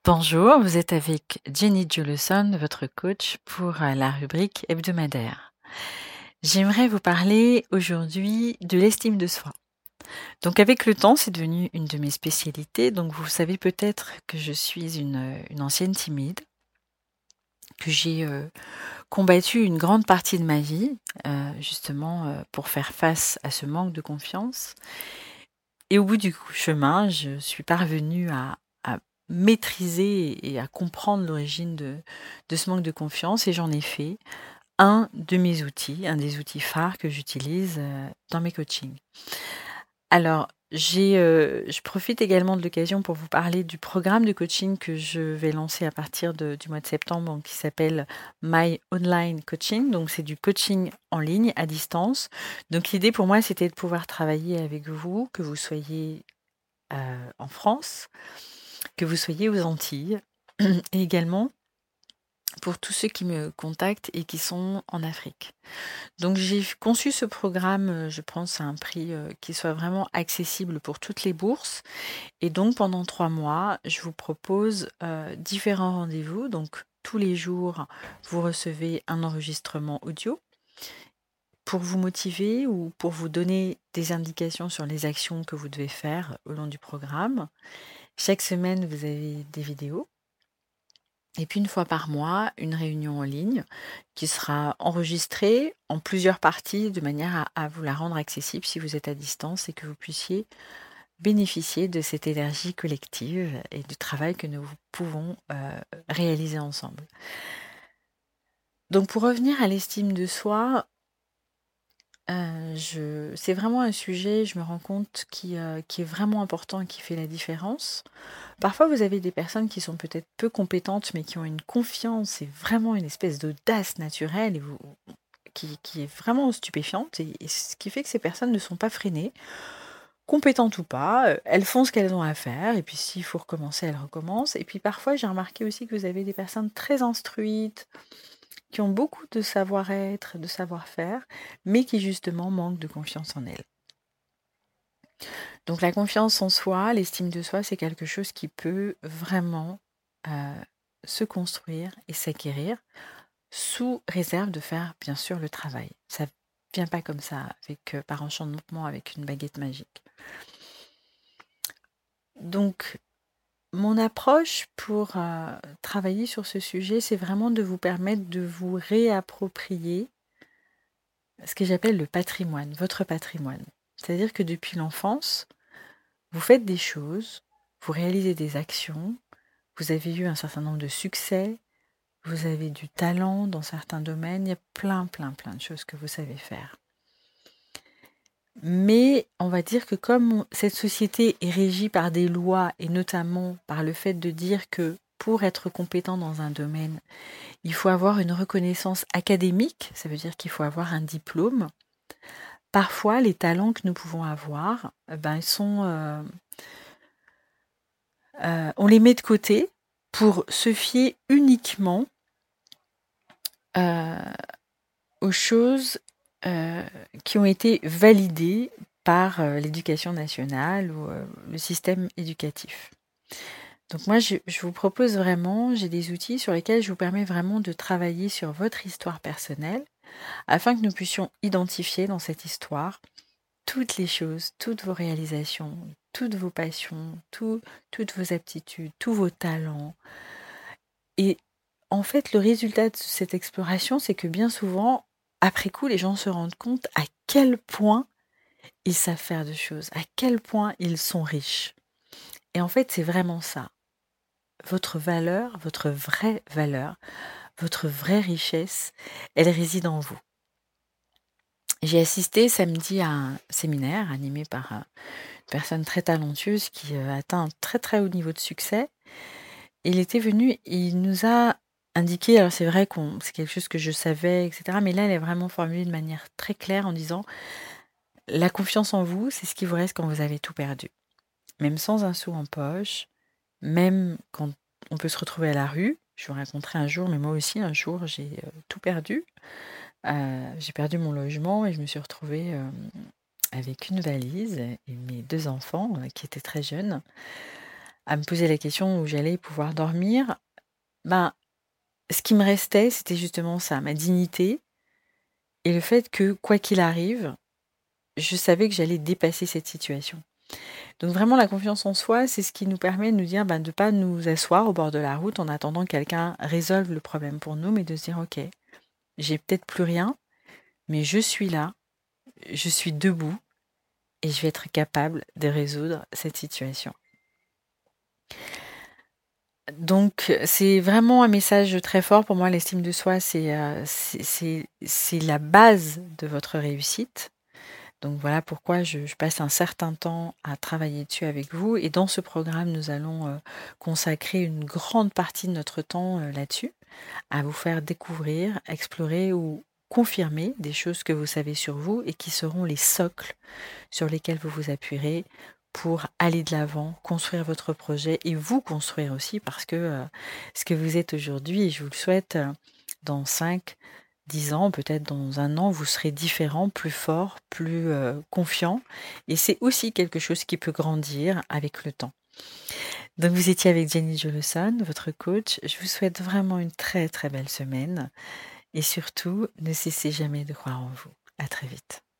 Bonjour, vous êtes avec Jenny Jolson, votre coach pour la rubrique hebdomadaire. J'aimerais vous parler aujourd'hui de l'estime de soi. Donc avec le temps, c'est devenu une de mes spécialités. Donc vous savez peut-être que je suis une ancienne timide, que j'ai combattu une grande partie de ma vie, justement pour faire face à ce manque de confiance. Et au bout du chemin, je suis parvenue à maîtriser et à comprendre l'origine de ce manque de confiance et j'en ai fait un de mes outils, un des outils phares que j'utilise dans mes coachings. Alors, je profite également de l'occasion pour vous parler du programme de coaching que je vais lancer à partir du mois de septembre, donc, qui s'appelle My Online Coaching. Donc, c'est du coaching en ligne, à distance. Donc, l'idée pour moi, c'était de pouvoir travailler avec vous, que vous soyez en France, que vous soyez aux Antilles, et également pour tous ceux qui me contactent et qui sont en Afrique. Donc j'ai conçu ce programme, je pense, à un prix qui soit vraiment accessible pour toutes les bourses. Et donc pendant 3 mois, je vous propose différents rendez-vous. Donc tous les jours, vous recevez un enregistrement audio pour vous motiver ou pour vous donner des indications sur les actions que vous devez faire au long du programme. Chaque semaine, vous avez des vidéos. Et puis une fois par mois, une réunion en ligne qui sera enregistrée en plusieurs parties de manière à vous la rendre accessible si vous êtes à distance et que vous puissiez bénéficier de cette énergie collective et du travail que nous pouvons réaliser ensemble. Donc pour revenir à l'estime de soi, c'est vraiment un sujet, je me rends compte, qui est vraiment important et qui fait la différence. Parfois, vous avez des personnes qui sont peut-être peu compétentes, mais qui ont une confiance et vraiment une espèce d'audace naturelle qui est vraiment stupéfiante. Et ce qui fait que ces personnes ne sont pas freinées, compétentes ou pas. Elles font ce qu'elles ont à faire. Et puis, s'il faut recommencer, elles recommencent. Et puis, parfois, j'ai remarqué aussi que vous avez des personnes très instruites, qui ont beaucoup de savoir-être, de savoir-faire, mais qui justement manquent de confiance en elles. Donc la confiance en soi, l'estime de soi, c'est quelque chose qui peut vraiment se construire et s'acquérir sous réserve de faire bien sûr le travail. Ça ne vient pas comme ça, par enchantement, avec une baguette magique. Donc mon approche pour travailler sur ce sujet, c'est vraiment de vous permettre de vous réapproprier ce que j'appelle le patrimoine, votre patrimoine. C'est-à-dire que depuis l'enfance, vous faites des choses, vous réalisez des actions, vous avez eu un certain nombre de succès, vous avez du talent dans certains domaines, il y a plein de choses que vous savez faire. Mais on va dire que comme cette société est régie par des lois et notamment par le fait de dire que pour être compétent dans un domaine, il faut avoir une reconnaissance académique, ça veut dire qu'il faut avoir un diplôme. Parfois, les talents que nous pouvons avoir, ils sont on les met de côté pour se fier uniquement aux choses qui ont été validées par l'éducation nationale ou le système éducatif. Donc moi, je vous propose vraiment, j'ai des outils sur lesquels je vous permets vraiment de travailler sur votre histoire personnelle afin que nous puissions identifier dans cette histoire toutes les choses, toutes vos réalisations, toutes vos passions, toutes vos aptitudes, tous vos talents. Et en fait, le résultat de cette exploration, c'est que bien souvent, après coup, les gens se rendent compte à quel point ils savent faire de choses, à quel point ils sont riches. Et en fait, c'est vraiment ça. Votre valeur, votre vraie valeur, votre vraie richesse, elle réside en vous. J'ai assisté samedi à un séminaire animé par une personne très talentueuse qui a atteint un très haut niveau de succès. Il était venu et il nous a indiqué, alors c'est vrai que c'est quelque chose que je savais, etc. Mais là, elle est vraiment formulée de manière très claire en disant la confiance en vous, c'est ce qui vous reste quand vous avez tout perdu. Même sans un sou en poche, même quand on peut se retrouver à la rue. Je vous raconterai un jour, mais moi aussi, un jour, j'ai tout perdu. J'ai perdu mon logement et je me suis retrouvée avec une valise et mes 2 enfants qui étaient très jeunes. à me poser la question où j'allais pouvoir dormir, ben, ce qui me restait, c'était justement ça, ma dignité et le fait que, quoi qu'il arrive, je savais que j'allais dépasser cette situation. Donc vraiment la confiance en soi, c'est ce qui nous permet de nous dire, de ne pas nous asseoir au bord de la route en attendant que quelqu'un résolve le problème pour nous, mais de se dire: «OK, j'ai peut-être plus rien, mais je suis là, je suis debout et je vais être capable de résoudre cette situation». Donc c'est vraiment un message très fort pour moi. L'estime de soi, c'est la base de votre réussite. Donc voilà pourquoi je passe un certain temps à travailler dessus avec vous et dans ce programme, nous allons, consacrer une grande partie de notre temps, là-dessus, à vous faire découvrir, explorer ou confirmer des choses que vous savez sur vous et qui seront les socles sur lesquels vous vous appuierez pour aller de l'avant, construire votre projet et vous construire aussi parce que, ce que vous êtes aujourd'hui et je vous le souhaite, dans 5, 10 ans, peut-être dans 1 an, vous serez différent, plus fort, plus, confiant et c'est aussi quelque chose qui peut grandir avec le temps. Donc vous étiez avec Jenny Jolson, votre coach. Je vous souhaite vraiment une très, très belle semaine et surtout, ne cessez jamais de croire en vous. À très vite.